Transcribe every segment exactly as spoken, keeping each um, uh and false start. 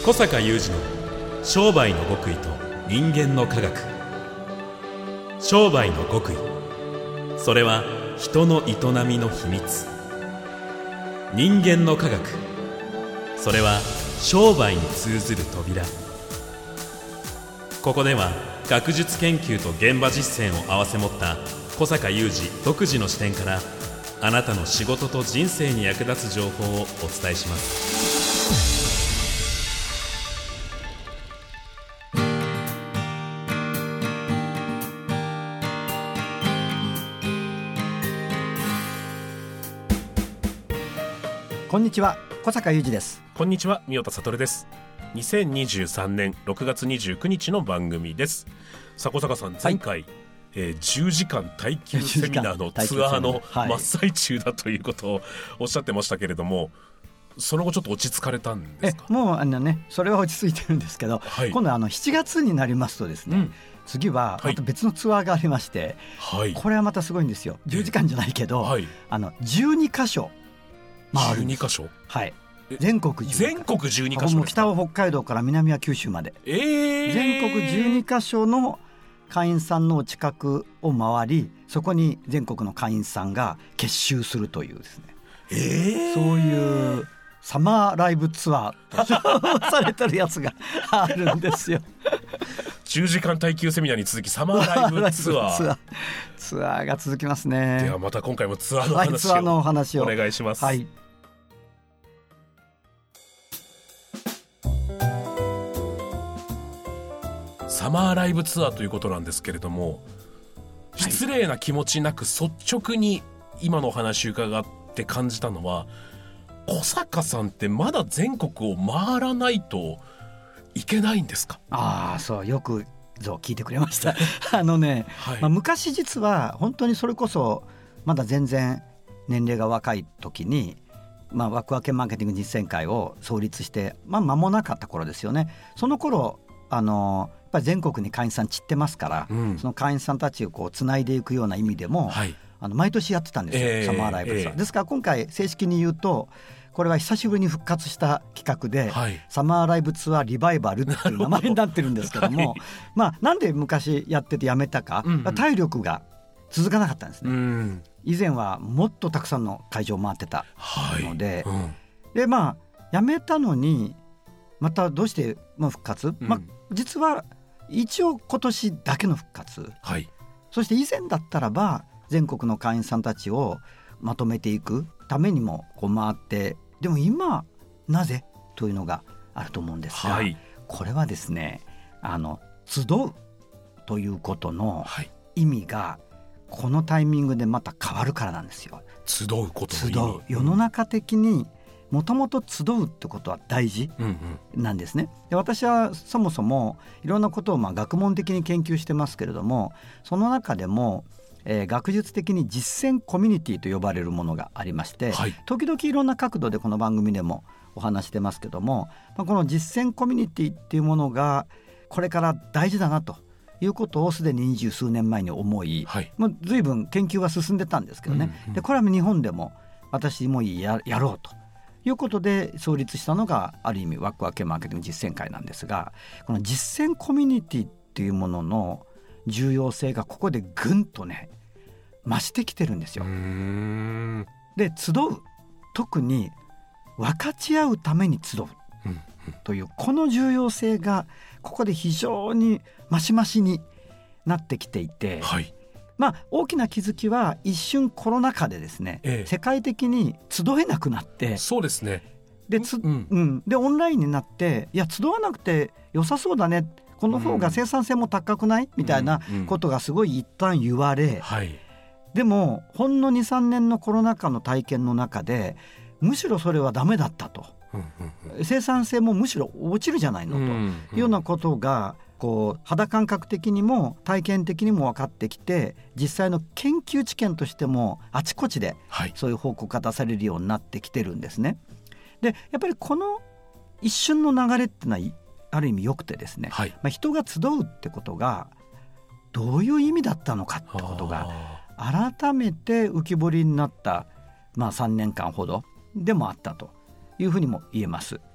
小坂雄二の商売の極意と人間の科学。商売の極意、それは人の営みの秘密。人間の科学、それは商売に通ずる扉。ここでは学術研究と現場実践を併せ持った小坂雄二独自の視点から、あなたの仕事と人生に役立つ情報をお伝えします。 こんにちは、小坂雄二です。 こんにちは、三代田悟です。にせんにじゅうさんねんろくがつにじゅうくにちの番組です。さあ小坂さん、前回、はいえー、じゅうじかん耐久セミナーのツアーの真っ最中だということをおっしゃってましたけれども、その後ちょっと落ち着かれたんですか？ えもうあの、ね、それは落ち着いてるんですけど、はい、今度あのしちがつになりますとですね、うん、次はまた別のツアーがありまして、はい、これはまたすごいんですよ。じゅうじかんじゃないけど、はい、あのじゅうにかしょ回るんです。じゅうにかしょ、はい、全国じゅうにかしょ、全国じゅうにかしょですか？北は北海道から南は九州まで、えー、全国じゅうにかしょの会員さんの近くを回り、そこに全国の会員さんが結集するというですね、えー、そういうサマーライブツアーとされてるやつがあるんですよ。 じゅうじかん耐久セミナーに続きサマーライブツアーツアー、ツアーが続きますね。 ではまた今回もツアーの話を、はい、 ツアーのお話をお願いします。はい、サマーライブツアーということなんですけれども、失礼な気持ちなく率直に今のお話伺って感じたのは、小坂さんってまだ全国を回らないといけないんですか？ ああ、そう、よくそう聞いてくれました。あのね、はいまあ、昔実は本当にそれこそまだ全然年齢が若い時に、まあ、ワクワクマーケティング実践会を創立して、まあ、間もなかった頃ですよね。その頃あのやっぱり全国に会員さん散ってますから、うん、その会員さんたちをこうつないでいくような意味でも、はい、あの毎年やってたんですよ、えー、サマーライブツアー、えー、ですから今回正式に言うとこれは久しぶりに復活した企画で、はい、サマーライブツアーリバイバルっていう名前になってるんですけども、はいまあ、なんで昔やっててやめたか、うんうん、体力が続かなかったんですね、うん、以前はもっとたくさんの会場を回ってたので、はいうん、でまあやめたのにまたどうして復活、うんまあ、実は一応今年だけの復活、はい、そして以前だったらば全国の会員さんたちをまとめていくためにもこう回って、でも今なぜというのがあると思うんですが、はい、これはですね、あの集うということの意味がこのタイミングでまた変わるからなんですよ。 集うことの意味、集う、 世の中的にもともと集うってことは大事なんですね、うんうん、で私はそもそもいろんなことをまあ学問的に研究してますけれども、その中でも、えー、学術的に実践コミュニティと呼ばれるものがありまして、はい、時々いろんな角度でこの番組でもお話してますけども、まあ、この実践コミュニティっていうものがこれから大事だなということをすでに二十数年前に思い、はい、もう随分研究は進んでたんですけどね、うんうん、でこれは日本でも私も や, やろうということで創立したのがある意味ワクワクマーケティング実践会なんですが、この実践コミュニティっていうものの重要性がここでぐんとね増してきてるんですよ。うーんで集う、特に分かち合うために集うというこの重要性がここで非常に増し増しになってきていて、はいまあ、大きな気づきは一瞬コロナ禍でですね、ええ、世界的に集えなくなって、 そうですね、 で、つ、うんうん、でオンラインになって、いや集わなくて良さそうだね、この方が生産性も高くない、うん、みたいなことがすごい一旦言われ、うんうんはい、でもほんの にさんねんのコロナ禍の体験の中でむしろそれはダメだったと、うんうんうん、生産性もむしろ落ちるじゃないのというようなことがこう肌感覚的にも体験的にも分かってきて、実際の研究知見としてもあちこちでそういう報告が出されるようになってきてるんですね。でやっぱりこの一瞬の流れってのはある意味良くてですね、はいまあ、人が集うってことがどういう意味だったのかってことが改めて浮き彫りになった、まあ、さんねんかんほどでもあったというふうにも言えます。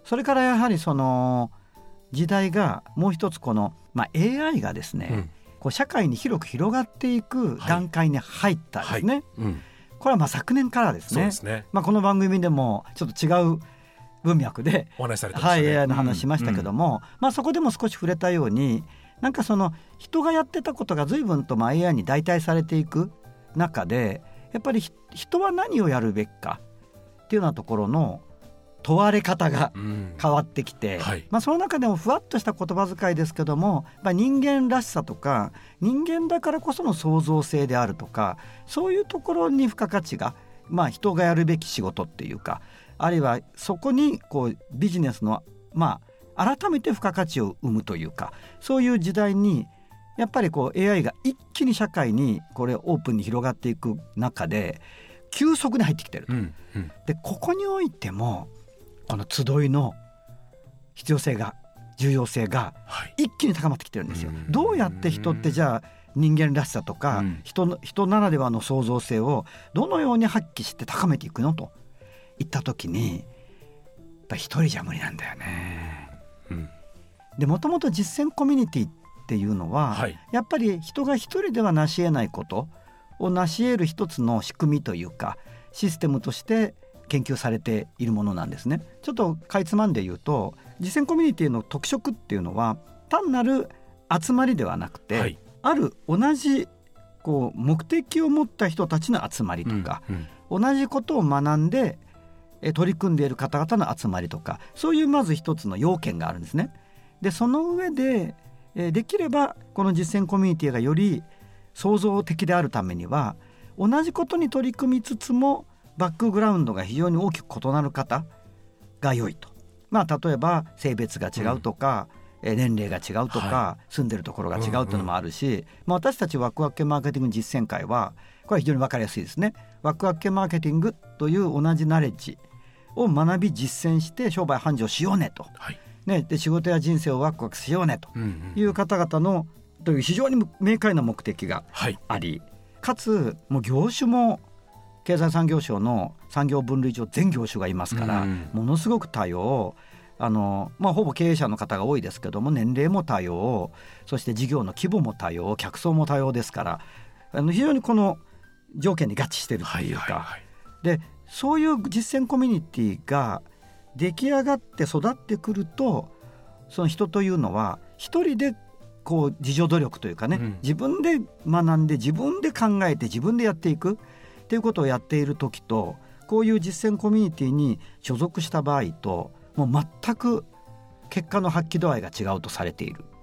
それからやはりその時代がもう一つこの、まあ、エーアイ がですね、うん、こう社会に広く広がっていく段階に入ったんですね、はいはい、うん、これはまあ昨年からですね。 そうですね、 まあ、この番組でもちょっと違う文脈でお話しされてましたね、 はい、エーアイ の話しましたけども、うんうん、まあ、そこでも少し触れたようになんかその人がやってたことが随分とまあ エーアイ に代替されていく中でやっぱり人は何をやるべきかっていうようなところの問われ方が変わってきて、うん、はい、まあ、その中でもふわっとした言葉遣いですけども、まあ、人間らしさとか人間だからこその創造性であるとかそういうところに付加価値が、まあ、人がやるべき仕事っていうかあるいはそこにこうビジネスの、まあ、改めて付加価値を生むというかそういう時代にやっぱりこう エーアイ が一気に社会にこれオープンに広がっていく中で急速に入ってきてると、うんうん、でここにおいてもこの集いの必要性が重要性が一気に高まってきてるんですよ、はい、どうやって人ってじゃあ人間らしさとか、うん、人の、人ならではの創造性をどのように発揮して高めていくのといった時にやっぱり一人じゃ無理なんだよね、うん、でもともと実践コミュニティっていうのは、はい、やっぱり人が一人では成し得ないことを成し得る一つの仕組みというかシステムとして研究されているものなんですね。ちょっとかいつまんで言うと実践コミュニティの特色っていうのは単なる集まりではなくて、はい、ある同じこう目的を持った人たちの集まりとか、うんうん、同じことを学んで取り組んでいる方々の集まりとかそういうまず一つの要件があるんですね。でその上でできればこの実践コミュニティがより創造的であるためには同じことに取り組みつつもバックグラウンドが非常に大きく異なる方が良いと、まあ、例えば性別が違うとか、うん、年齢が違うとか、はい、住んでるところが違うというのもあるし、うんうんまあ、私たちワクワク系マーケティング実践会はこれは非常に分かりやすいですね。ワクワク系マーケティングという同じナレッジを学び実践して商売繁盛しようねと、はいね、で仕事や人生をワクワクしようねという方々のという非常に明快な目的があり、はい、かつもう業種も経済産業省の産業分類上全業種がいますから、うん、ものすごく多様あの、まあ、ほぼ経営者の方が多いですけども年齢も多様そして事業の規模も多様客層も多様ですからあの非常にこの条件に合致しているというか、はいはいはい、でそういう実践コミュニティが出来上がって育ってくるとその人というのは一人でこう自助努力というかね、うん、自分で学んで自分で考えて自分でやっていくっていうことをやっている時とこういう実践コミュニティに所属した場合ともう全く結果の発揮度合いが違うとされている。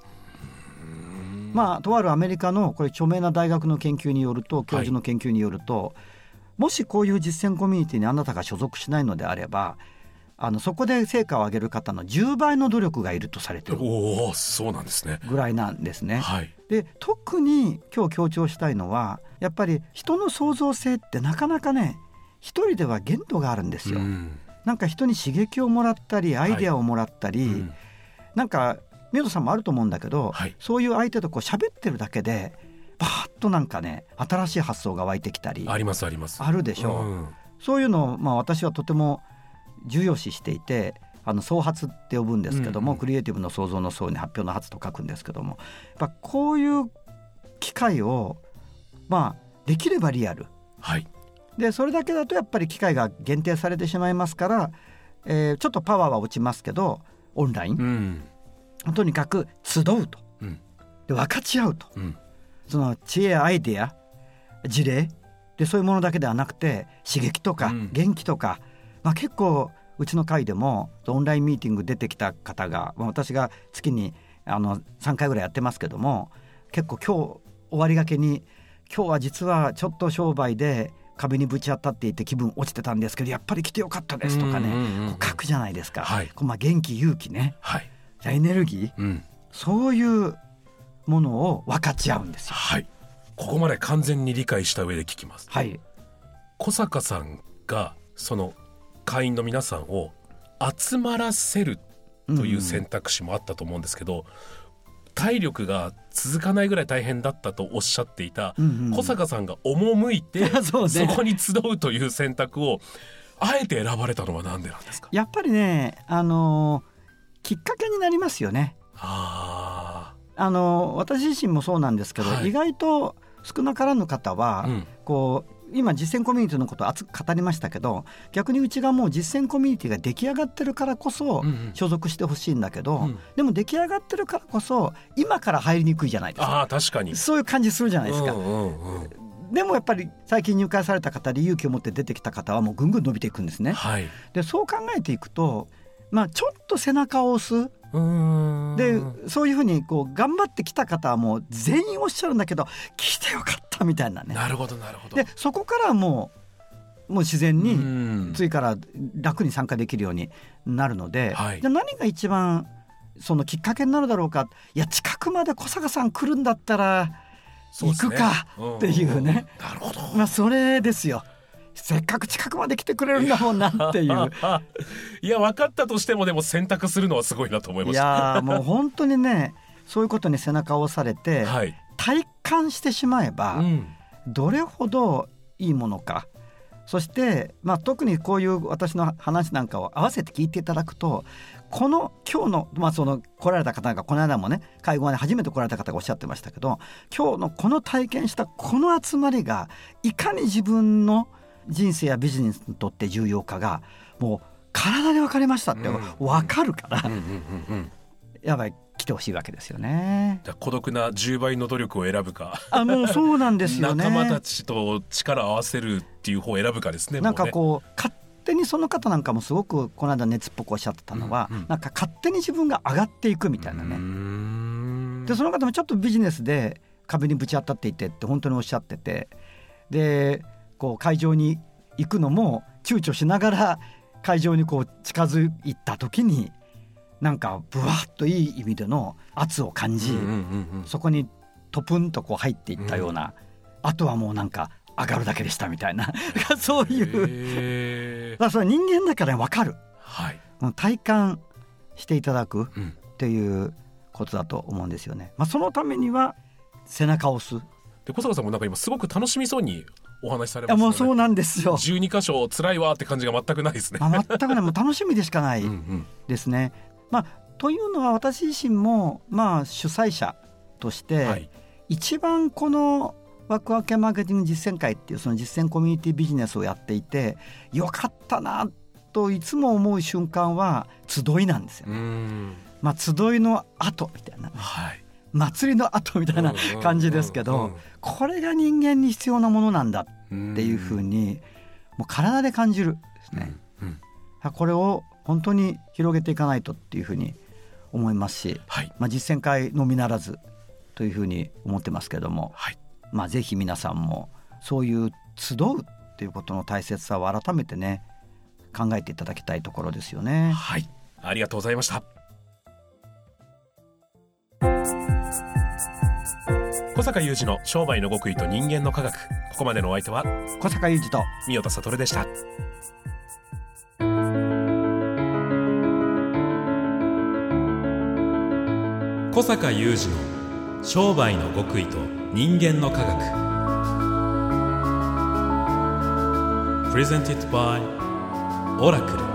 まあとあるアメリカのこれ著名な大学の研究によると教授の研究によると、はい、もしこういう実践コミュニティにあなたが所属しないのであればあのそこで成果を上げる方のじゅうばいの努力がいるとされているおーそうなんですねぐらいなんですね、 はい、 で特に今日強調したいのはやっぱり人の創造性ってなかなかね一人では限度があるんですよ、うん、なんか人に刺激をもらったりアイデアをもらったり、はいうん、なんか宮戸さんもあると思うんだけど、はい、そういう相手とこう喋ってるだけでバーッとなんかね新しい発想が湧いてきたりありますありますあるでしょう、うん、そういうのを、まあ、私はとても重要視していてあの創発って呼ぶんですけども、うんうん、クリエイティブの創造の創に発表の発と書くんですけどもやっぱこういう機会をまあできればリアル、はい、でそれだけだとやっぱり機会が限定されてしまいますから、えー、ちょっとパワーは落ちますけどオンライン、うん、とにかく集うと、うん、で分かち合うと、うん、その知恵やアイデア事例でそういうものだけではなくて刺激とか元気とか、うんまあ、結構うちの会でもオンラインミーティング出てきた方が、まあ、私が月にあのさんかいぐらいやってますけども結構今日終わりがけに今日は実はちょっと商売で壁にぶち当たっていて気分落ちてたんですけどやっぱり来てよかったですとかね、うんうんうん、こう書くじゃないですか、はい、こうまあ元気勇気ね、はい、エネルギー、うん、そういうものを分かち合うんですよ、 はい、ここまで完全に理解した上で聞きます、はい、小坂さんがその会員の皆さんを集まらせるという選択肢もあったと思うんですけど、うん、体力が続かないぐらい大変だったとおっしゃっていた小坂さんが赴いて そ, う、ね、そこに集うという選択をあえて選ばれたのは何でなんですか？ やっぱりね、あのきっかけになりますよね。 ああの私自身もそうなんですけど、はい、意外と少なからぬ方は、うん、こう今実践コミュニティのことを熱く語りましたけど、逆にうちがもう実践コミュニティが出来上がってるからこそ所属してほしいんだけど、うんうん、でも出来上がってるからこそ今から入りにくいじゃないですか。 あ、確かにそういう感じするじゃないですか、 うんうんうん、 でもやっぱり最近入会された方で勇気を持って出てきた方はもうぐんぐん伸びていくんですね、 はい、 でそう考えていくと、まあ、ちょっと背中を押す、うーんでそういうふうにこう頑張ってきた方はもう全員おっしゃるんだけど来てよかったみたいなね。 なるほどなるほど。 でそこからもうもう自然に次から楽に参加できるようになるので、はい、じゃあ何が一番そのきっかけになるだろうか。いや近くまで小坂さん来るんだったら行くかっていうね。 なるほど、 まあ、それですよ。せっかく近くまで来てくれるんだもんなっていういや分かったとしてもでも選択するのはすごいなと思いました。 いやもう本当にねそういうことに背中を押されて、はい、体感してしまえば、うん、どれほどいいものか。そして、まあ、特にこういう私の話なんかを合わせて聞いていただくと、この今日の、まあ、その来られた方がこの間もね会合で初めて来られた方がおっしゃってましたけど、今日のこの体験したこの集まりがいかに自分の人生やビジネスにとって重要かがもう体で分かりましたって分かるから、やばい来てほしいわけですよね。 じゃあ孤独なじゅうばいの努力を選ぶか、 あもうそうなんですよね仲間たちと力を合わせるっていう方を選ぶかですね。 なんかこう勝手にその方なんかもすごくこの間熱っぽくおっしゃってたのは、うんうん、なんか勝手に自分が上がっていくみたいなね。うーんでその方もちょっとビジネスで壁にぶち当たっていてって本当におっしゃってて、でこう会場に行くのも躊躇しながら会場にこう近づいた時になんかブワッといい意味での圧を感じ、うんうんうんうん、そこにトプンとこう入っていったような、うん、あとはもうなんか上がるだけでしたみたいなそういうだからそれは人間だから分かる、はい、体感していただくっていうことだと思うんですよね、まあ、そのためには背中を押す。 で小坂さんもなんか今すごく楽しみそうにお話しされますよね。 いやもうそうなんですよ。 じゅうに箇所辛いわって感じが全くないですね。 あ全くないもう楽しみでしかないですねうん、うんまあ、というのは私自身も、まあ、主催者として、はい、一番このワクワクマーケティング実践会っていうその実践コミュニティビジネスをやっていてよかったなといつも思う瞬間は集いなんですよ。うん、まあ、集いの後みたいな、はい、祭りの後みたいな感じですけど、うんうんうん、これが人間に必要なものなんだっていうふうにもう体で感じるですね、うんうん、これを本当に広げていかないとっていうふうに思いますし、はいまあ、実践会のみならずというふうに思ってますけども、はいまあ、ぜひ皆さんもそういう集うっていうことの大切さを改めてね考えていただきたいところですよね。 はい、ありがとうございました。小坂雄二の商売の極意と人間の科学、ここまでのお相手は小坂雄二と三代田悟でした。 小坂雄二の商売の極意と人間の科学 Presented by オラクル。